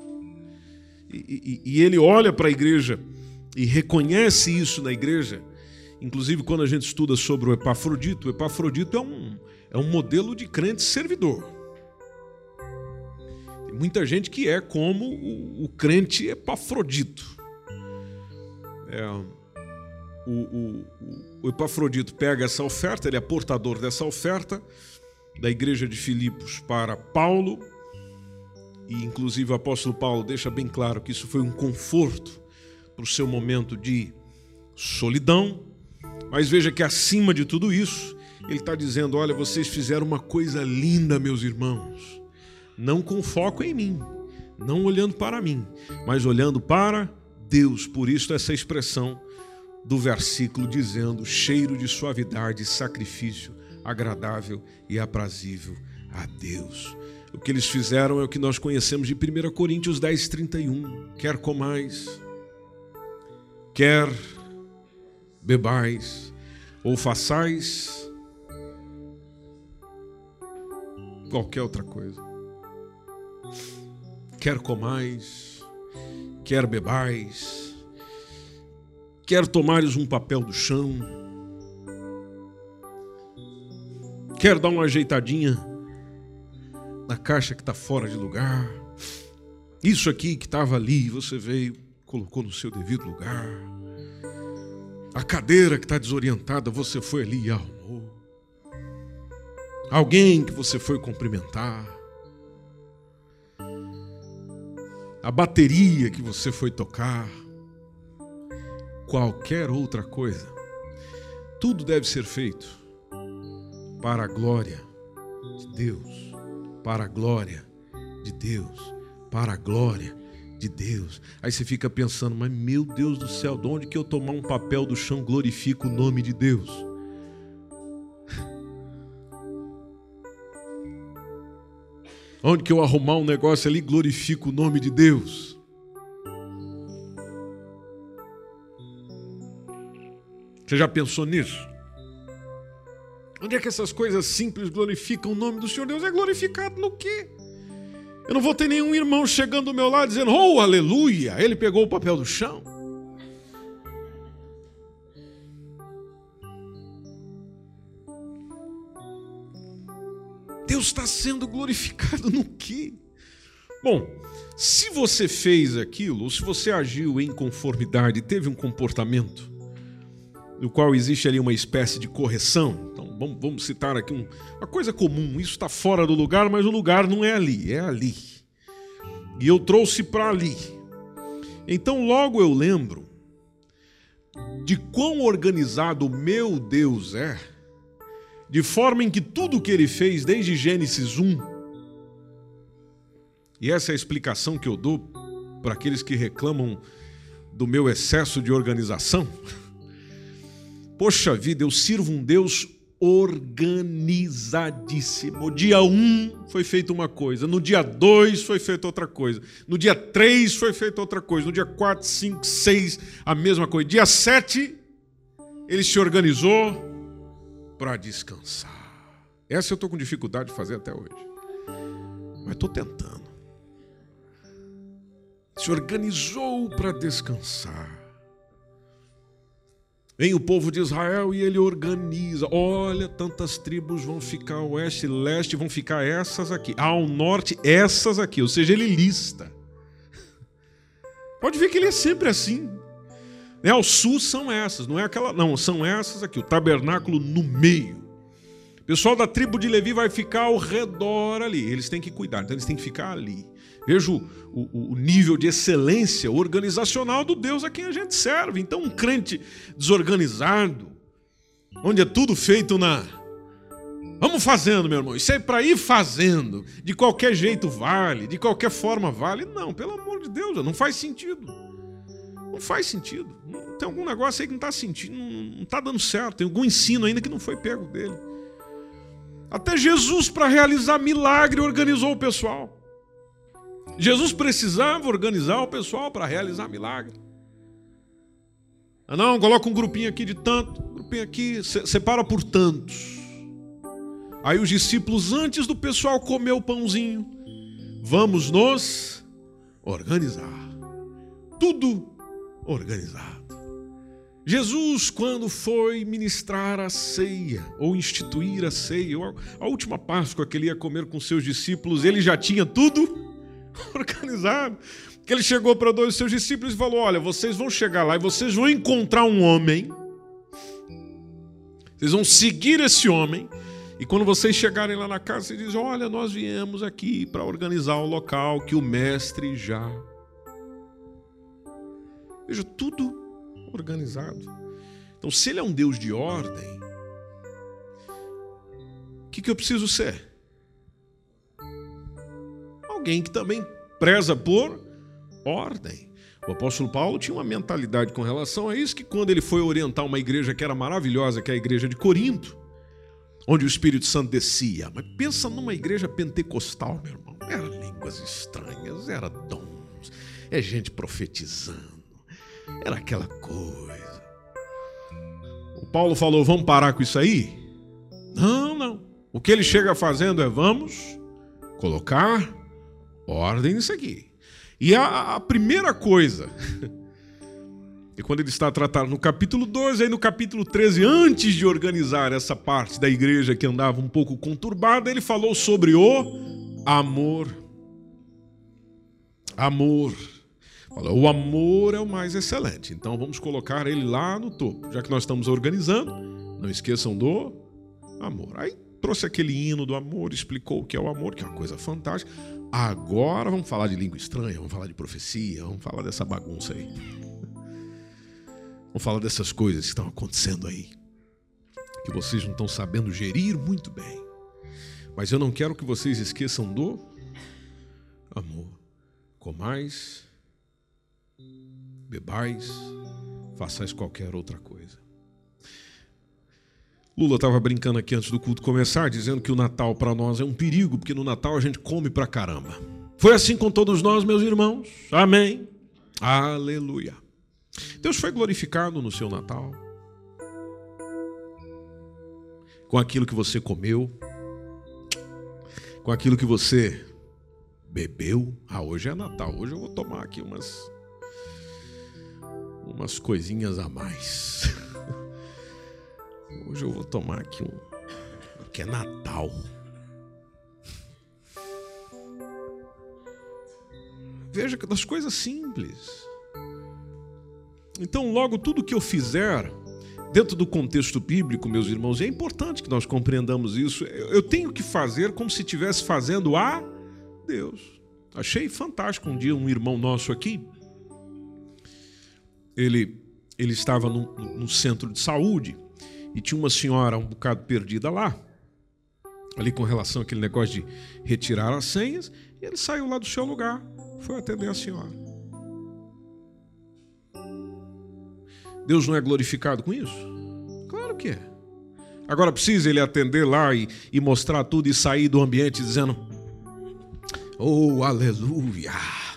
E ele olha para a igreja e reconhece isso na igreja. Inclusive, quando a gente estuda sobre o Epafrodito é um modelo de crente servidor. Tem muita gente que é como o crente Epafrodito. O Epafrodito pega essa oferta, ele é portador dessa oferta da igreja de Filipos para Paulo, e inclusive o apóstolo Paulo deixa bem claro que isso foi um conforto para o seu momento de solidão, mas veja que acima de tudo isso, Ele está dizendo, olha, vocês fizeram uma coisa linda, meus irmãos, não com foco em mim, não olhando para mim, mas olhando para Deus. Por isso essa expressão do versículo dizendo, cheiro de suavidade, sacrifício agradável e aprazível a Deus. O que eles fizeram é o que nós conhecemos de 1 Coríntios 10, 31. Quer comais, quer bebais, ou façais qualquer outra coisa. Quer comais, quer bebais, quer tomares um papel do chão, quer dar uma ajeitadinha na caixa que está fora de lugar. Isso aqui que estava ali, você veio, colocou no seu devido lugar. A cadeira que está desorientada, você foi ali e arrumou. Alguém que você foi cumprimentar. A bateria que você foi tocar. Qualquer outra coisa. Tudo deve ser feito para a glória de Deus. Para a glória de Deus. Para a glória de Deus. Aí você fica pensando, mas meu Deus do céu, de onde que eu tomar um papel do chão glorifico o nome de Deus? Onde que eu arrumar um negócio ali glorifico o nome de Deus? Você já pensou nisso? Onde é que essas coisas simples glorificam o nome do Senhor? Deus é glorificado no quê? Eu não vou ter nenhum irmão chegando do meu lado dizendo, oh, aleluia, ele pegou o papel do chão. Deus está sendo glorificado no quê? Bom, se você fez aquilo, ou se você agiu em conformidade, teve um comportamento no qual existe ali uma espécie de correção, então vamos citar aqui uma coisa comum, isso está fora do lugar, mas o lugar não é ali, é ali. E eu trouxe para ali. Então logo eu lembro de quão organizado o meu Deus é, de forma em que tudo que ele fez desde Gênesis 1, e essa é a explicação que eu dou para aqueles que reclamam do meu excesso de organização. Poxa vida, eu sirvo um Deus organizadíssimo. No dia 1 foi feita uma coisa, no dia 2 foi feita outra coisa, no dia 3 foi feita outra coisa, no dia 4, 5, 6 a mesma coisa. Dia 7 ele se organizou para descansar. Essa eu estou com dificuldade de fazer até hoje, mas estou tentando. Se organizou para descansar. Vem o povo de Israel e ele organiza. Olha, tantas tribos vão ficar ao oeste e leste, vão ficar essas aqui. Ao norte, essas aqui. Ou seja, ele lista. Pode ver que ele é sempre assim. Ao sul são essas, não é aquela. Não, são essas aqui. O tabernáculo no meio. O pessoal da tribo de Levi vai ficar ao redor ali. Eles têm que cuidar, então eles têm que ficar ali. Veja o nível de excelência organizacional do Deus a quem a gente serve. Então um crente desorganizado, onde é tudo feito vamos fazendo, meu irmão, isso é para ir fazendo, de qualquer jeito vale, de qualquer forma vale. Não, pelo amor de Deus, não faz sentido. Não faz sentido. Tem algum negócio aí que não está sentindo, não está dando certo, tem algum ensino ainda que não foi pego dele. Até Jesus, para realizar milagre, organizou o pessoal. Jesus precisava organizar o pessoal para realizar milagre. Não, coloca um grupinho aqui de tanto, um grupinho aqui, separa por tantos. Aí os discípulos, antes do pessoal comer o pãozinho, vamos nos organizar. Tudo organizado. Jesus, quando foi ministrar a ceia, ou instituir a ceia, ou a última Páscoa que ele ia comer com seus discípulos, ele já tinha tudo organizado. Que ele chegou para 2 de seus discípulos e falou, olha, vocês vão chegar lá e vocês vão encontrar um homem, vocês vão seguir esse homem, e quando vocês chegarem lá na casa, vocês dizem, olha, nós viemos aqui para organizar o local que o mestre já... Veja, tudo organizado. Então, se ele é um Deus de ordem, O que eu preciso ser? Alguém que também preza por ordem. O apóstolo Paulo tinha uma mentalidade com relação a isso, que quando ele foi orientar uma igreja que era maravilhosa, que é a igreja de Corinto, onde o Espírito Santo descia. Mas pensa numa igreja pentecostal, meu irmão. Era línguas estranhas, era dons, é gente profetizando, era aquela coisa. O Paulo falou, vamos parar com isso aí? Não. O que ele chega fazendo é, vamos colocar ordem nisso aqui. E a primeira coisa, e quando ele está tratado no capítulo 12, aí no capítulo 13, antes de organizar essa parte da igreja que andava um pouco conturbada, ele falou sobre o amor. Amor. O amor é o mais excelente, então vamos colocar ele lá no topo. Já que nós estamos organizando, não esqueçam do amor. Aí trouxe aquele hino do amor, explicou o que é o amor, que é uma coisa fantástica. Agora vamos falar de língua estranha, vamos falar de profecia, vamos falar dessa bagunça aí. Vamos falar dessas coisas que estão acontecendo aí, que vocês não estão sabendo gerir muito bem. Mas eu não quero que vocês esqueçam do amor. Comais, bebais, façais qualquer outra coisa. Lula estava brincando aqui antes do culto começar, dizendo que o Natal para nós é um perigo, porque no Natal a gente come pra caramba. Foi assim com todos nós, meus irmãos. Amém. Aleluia. Deus foi glorificado no seu Natal. Com aquilo que você comeu, com aquilo que você bebeu. Hoje é Natal, hoje eu vou tomar aqui umas coisinhas a mais. Hoje eu vou tomar aqui que é Natal. Veja que das coisas simples. Então, logo, tudo que eu fizer, dentro do contexto bíblico, meus irmãos, é importante que nós compreendamos isso. Eu tenho que fazer como se estivesse fazendo a Deus. Achei fantástico um dia um irmão nosso aqui. Ele estava num centro de saúde e tinha uma senhora um bocado perdida lá, ali com relação àquele negócio de retirar as senhas, e ele saiu lá do seu lugar, foi atender a senhora. Deus não é glorificado com isso? Claro que é. Agora precisa ele atender lá e mostrar tudo e sair do ambiente dizendo: oh, aleluia!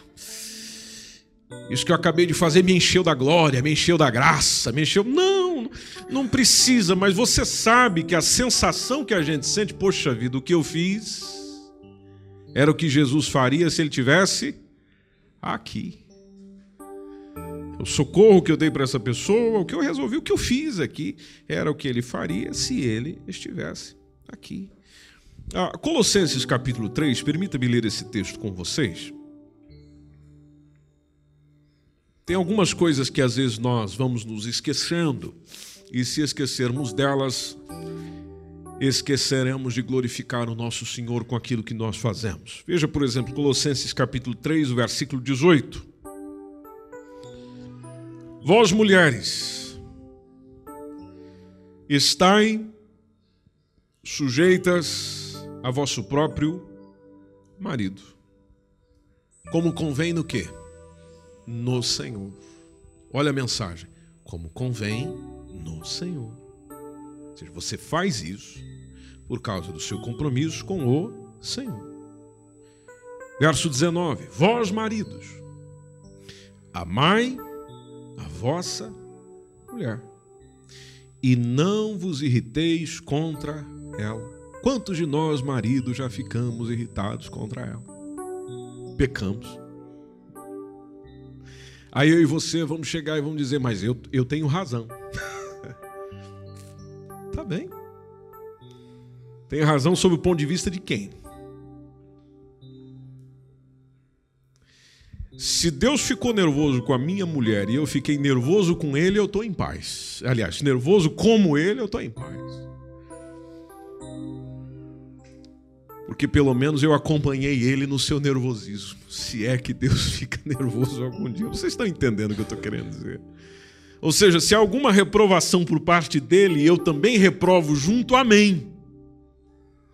Isso que eu acabei de fazer me encheu da glória, me encheu da graça, me encheu... Não precisa, mas você sabe que a sensação que a gente sente, poxa vida, o que eu fiz era o que Jesus faria se ele tivesse aqui. O socorro que eu dei para essa pessoa, o que eu resolvi, o que eu fiz aqui, era o que ele faria se ele estivesse aqui. Colossenses capítulo 3, permita-me ler esse texto com vocês. Tem algumas coisas que às vezes nós vamos nos esquecendo, e se esquecermos delas, esqueceremos de glorificar o nosso Senhor com aquilo que nós fazemos. Veja, por exemplo, Colossenses capítulo 3, o versículo 18. Vós, mulheres, estai sujeitas a vosso próprio marido, como convém no quê? No Senhor. Olha a mensagem. Como convém no Senhor. Ou seja, você faz isso por causa do seu compromisso com o Senhor. Verso 19. Vós, maridos, amai a vossa mulher e não vos irriteis contra ela. Quantos de nós, maridos, já ficamos irritados contra ela? Pecamos. Aí eu e você vamos chegar e vamos dizer, mas eu tenho razão. Tá bem. Tem razão sob o ponto de vista de quem? Se Deus ficou nervoso com a minha mulher e eu fiquei nervoso com ele, eu estou em paz. Aliás, nervoso como ele, eu estou em paz. Porque pelo menos eu acompanhei ele no seu nervosismo. Se é que Deus fica nervoso algum dia. Vocês estão entendendo o que eu estou querendo dizer? Ou seja, se há alguma reprovação por parte dele, eu também reprovo junto, amém.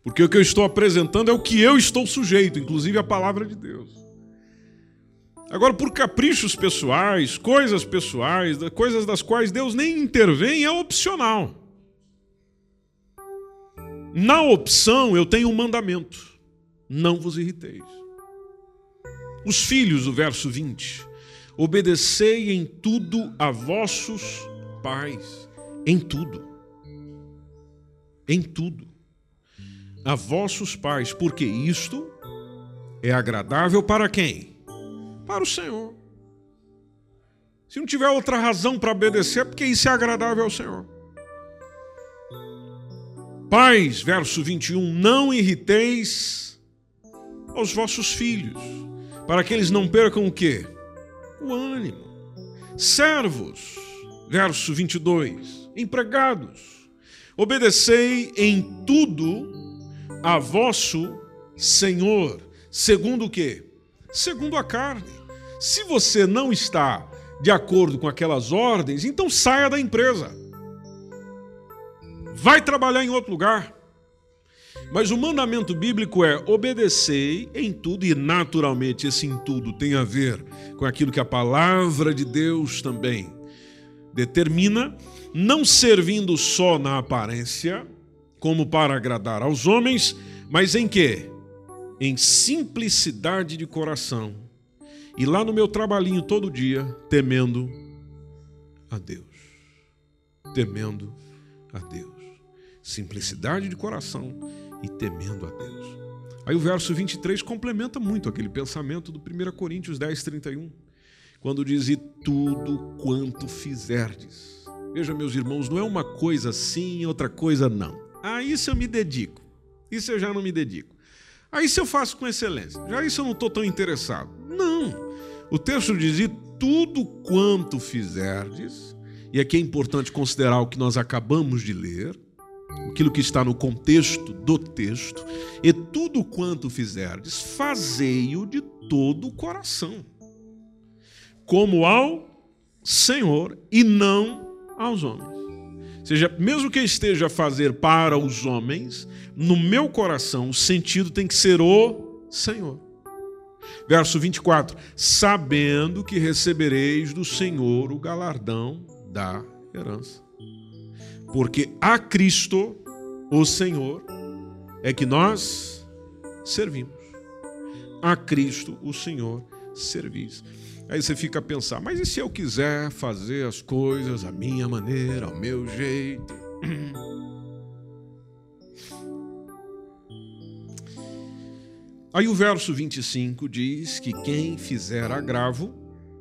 Porque o que eu estou apresentando é o que eu estou sujeito, inclusive a palavra de Deus. Agora, por caprichos pessoais, coisas das quais Deus nem intervém, é opcional. Na opção, eu tenho um mandamento: não vos irriteis. Os filhos, o verso 20, obedecei em tudo a vossos pais. Em tudo. Em tudo. A vossos pais, porque isto é agradável para quem? Para o Senhor. Se não tiver outra razão para obedecer, é porque isso é agradável ao Senhor. Pais, verso 21, não irriteis aos vossos filhos, para que eles não percam o quê? O ânimo. Servos, verso 22, empregados, obedecei em tudo a vosso Senhor, segundo o quê? Segundo a carne. Se você não está de acordo com aquelas ordens, então saia da empresa. Vai trabalhar em outro lugar. Mas o mandamento bíblico é: obedecei em tudo, e naturalmente esse em tudo tem a ver com aquilo que a palavra de Deus também determina, não servindo só na aparência, como para agradar aos homens, mas em quê? Em simplicidade de coração. E lá no meu trabalhinho todo dia, temendo a Deus. Temendo a Deus. Simplicidade de coração e temendo a Deus. Aí o verso 23 complementa muito aquele pensamento do 1 Coríntios 10, 31, quando diz: e tudo quanto fizerdes. Veja, meus irmãos, não é uma coisa sim, outra coisa não. Ah, isso eu me dedico. Isso eu já não me dedico. Ah, isso eu faço com excelência. Já isso eu não estou tão interessado. Não. O texto diz: e tudo quanto fizerdes, e aqui é importante considerar o que nós acabamos de ler, aquilo que está no contexto do texto, e tudo quanto fizerdes, fazei-o de todo o coração, como ao Senhor e não aos homens. Ou seja, mesmo que eu esteja a fazer para os homens, no meu coração o sentido tem que ser o Senhor. Verso 24, sabendo que recebereis do Senhor o galardão da herança. Porque a Cristo, o Senhor, é que nós servimos. A Cristo, o Senhor, servis. Aí você fica a pensar: mas e se eu quiser fazer as coisas à minha maneira, ao meu jeito? Aí o verso 25 diz que quem fizer agravo,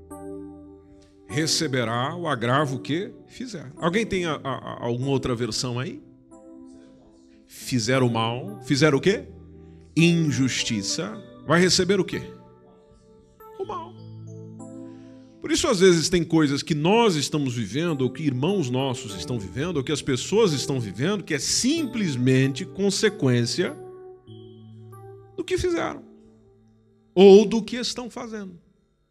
receberá o agravo que fizer. Alguém tem alguma outra versão aí? Fizer o mal, fizer o quê? Injustiça, vai receber o quê? O mal. Por isso, às vezes, tem coisas que nós estamos vivendo, ou que irmãos nossos estão vivendo, ou que as pessoas estão vivendo, que é simplesmente consequência do que fizeram, ou do que estão fazendo.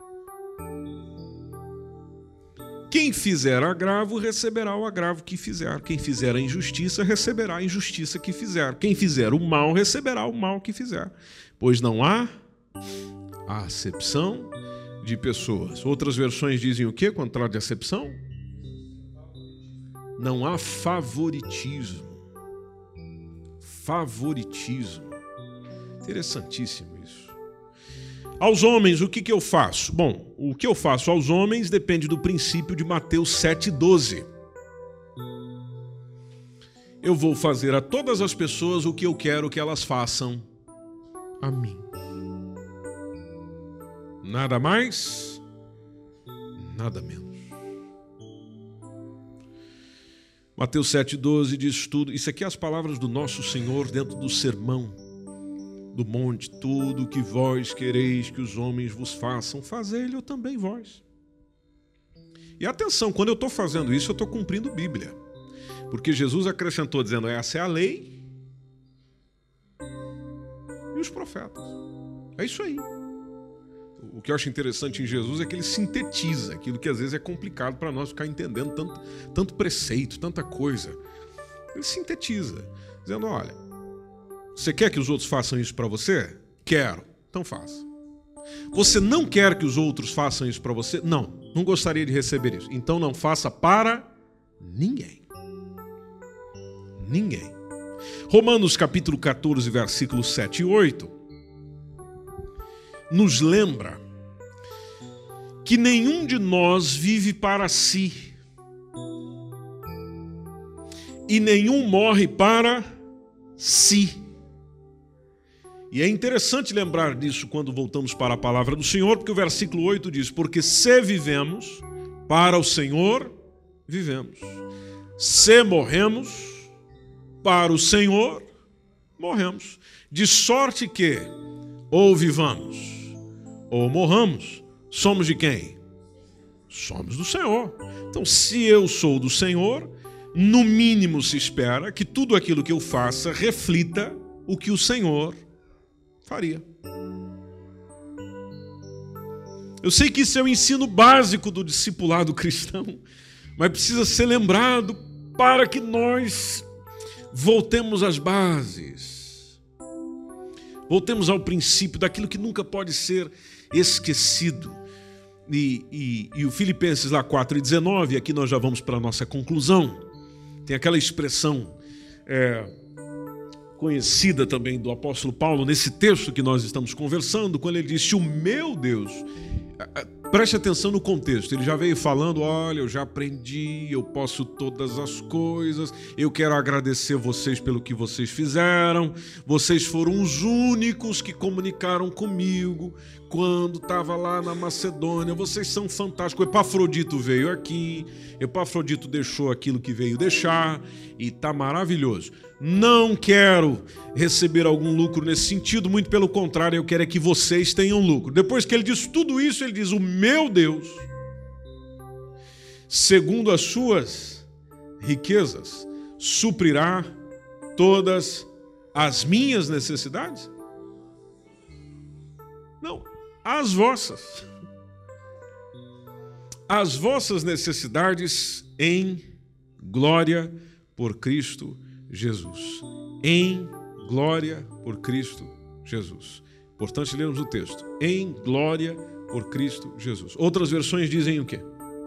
Quem fizer agravo, receberá o agravo que fizer. Quem fizer a injustiça, receberá a injustiça que fizer. Quem fizer o mal, receberá o mal que fizer. Pois não há acepção de pessoas. Outras versões dizem o quê? Contrário de acepção? Não há favoritismo. Favoritismo. Interessantíssimo isso. Aos homens, o que eu faço? Bom, o que eu faço aos homens depende do princípio de Mateus 7,12. Eu vou fazer a todas as pessoas o que eu quero que elas façam a mim. Nada mais, nada menos. Mateus 7,12 diz tudo. Isso aqui é as palavras do nosso Senhor dentro do sermão do monte: tudo o que vós quereis que os homens vos façam, fazei-lhe também vós. E atenção, quando eu estou fazendo isso, eu estou cumprindo Bíblia. Porque Jesus acrescentou dizendo: essa é a lei e os profetas. É isso aí. O que eu acho interessante em Jesus é que ele sintetiza aquilo que às vezes é complicado para nós ficar entendendo, tanto preceito, tanta coisa. Ele sintetiza, dizendo: olha, Você quer que os outros façam isso para você? Quero. Então faça. Você não quer que os outros façam isso para você? Não gostaria de receber isso. Então não faça para ninguém. Ninguém. Romanos capítulo 14, versículos 7 e 8, nos lembra que nenhum de nós vive para si e nenhum morre para si. E é interessante lembrar disso quando voltamos para a palavra do Senhor, porque o versículo 8 diz: porque se vivemos, para o Senhor vivemos. Se morremos, para o Senhor morremos. De sorte que, ou vivamos, ou morramos, somos de quem? Somos do Senhor. Então, se eu sou do Senhor, no mínimo se espera que tudo aquilo que eu faça reflita o que o Senhor faria. Eu sei que isso é o ensino básico do discipulado cristão, mas precisa ser lembrado para que nós voltemos às bases. Voltemos ao princípio daquilo que nunca pode ser esquecido. E o Filipenses lá 4:19, aqui nós já vamos para a nossa conclusão. Tem aquela expressão conhecida também do apóstolo Paulo, nesse texto que nós estamos conversando, quando ele disse: o meu Deus... Preste atenção no contexto. Ele já veio falando: olha, eu já aprendi, eu posso todas as coisas, eu quero agradecer vocês pelo que vocês fizeram, vocês foram os únicos que comunicaram comigo quando estava lá na Macedônia, vocês são fantásticos. O Epafrodito veio aqui, Epafrodito deixou aquilo que veio deixar e está maravilhoso. Não quero receber algum lucro nesse sentido, muito pelo contrário, eu quero é que vocês tenham lucro. Depois que ele diz tudo isso, ele diz: o meu Deus, segundo as suas riquezas, suprirá todas as minhas necessidades? Não, as vossas. As vossas necessidades em glória por Cristo Jesus. Em glória por Cristo Jesus. Importante lermos o texto. Em glória por Cristo Jesus. Outras versões dizem o quê?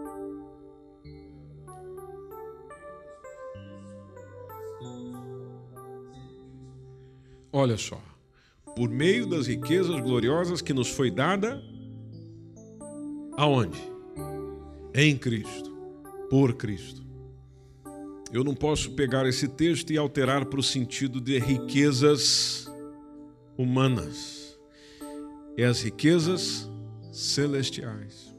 Olha só. Por meio das riquezas gloriosas que nos foi dada, aonde? Em Cristo. Por Cristo. Eu não posso pegar esse texto e alterar para o sentido de riquezas humanas. É as riquezas celestiais.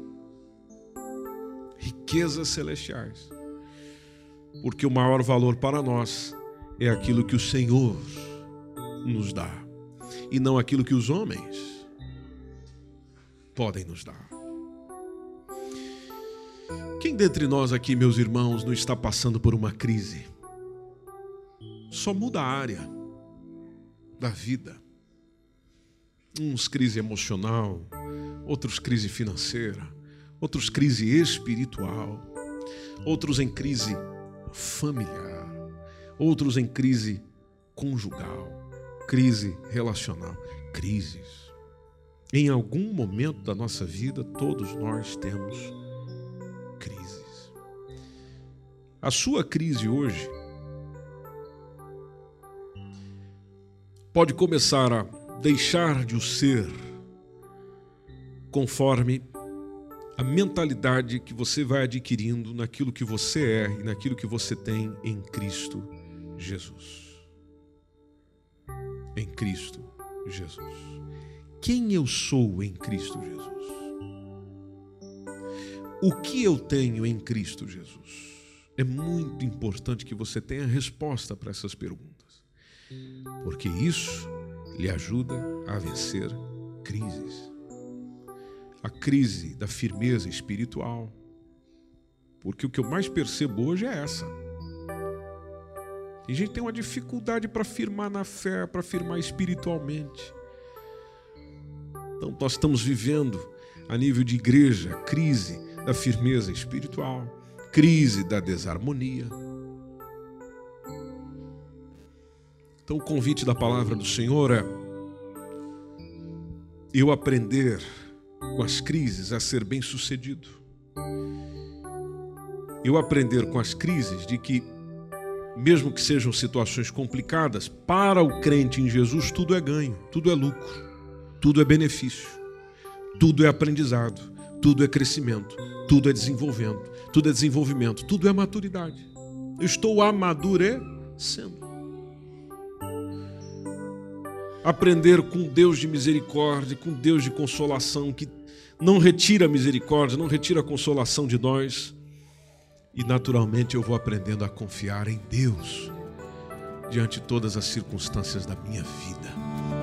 Riquezas celestiais. Porque o maior valor para nós é aquilo que o Senhor nos dá, e não aquilo que os homens podem nos dar. Quem dentre nós aqui, meus irmãos, não está passando por uma crise? Só muda a área da vida. Uns crise emocional, outros crise financeira, outros crise espiritual, outros em crise familiar, outros em crise conjugal, crise relacional, crises. Em algum momento da nossa vida, todos nós temos crises. A sua crise hoje pode começar a deixar de o ser conforme a mentalidade que você vai adquirindo naquilo que você é e naquilo que você tem em Cristo Jesus. Em Cristo Jesus. Quem eu sou em Cristo Jesus? O que eu tenho em Cristo Jesus? É muito importante que você tenha resposta para essas perguntas, porque isso lhe ajuda a vencer crises. A crise da firmeza espiritual, porque o que eu mais percebo hoje é essa. Tem gente que tem uma dificuldade para firmar na fé, para firmar espiritualmente. Então nós estamos vivendo, a nível de igreja, crise da firmeza espiritual, crise da desarmonia. Então o convite da palavra do Senhor é eu aprender com as crises a ser bem-sucedido. Eu aprender com as crises de que, mesmo que sejam situações complicadas, para o crente em Jesus tudo é ganho, tudo é lucro, tudo é benefício, tudo é aprendizado, tudo é crescimento, tudo é desenvolvimento, tudo é maturidade. Eu estou amadurecendo. Aprender com Deus de misericórdia, com Deus de consolação, que não retira a misericórdia, não retira a consolação de nós. E naturalmente eu vou aprendendo a confiar em Deus diante de todas as circunstâncias da minha vida.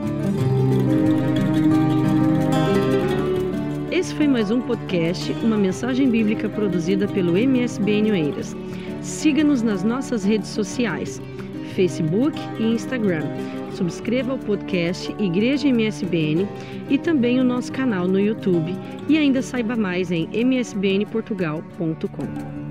Esse foi mais um podcast, uma mensagem bíblica produzida pelo MSBN Oeiras. Siga-nos nas nossas redes sociais, Facebook e Instagram. Subscreva o podcast Igreja MSBN e também o nosso canal no YouTube. E ainda saiba mais em msbnportugal.com.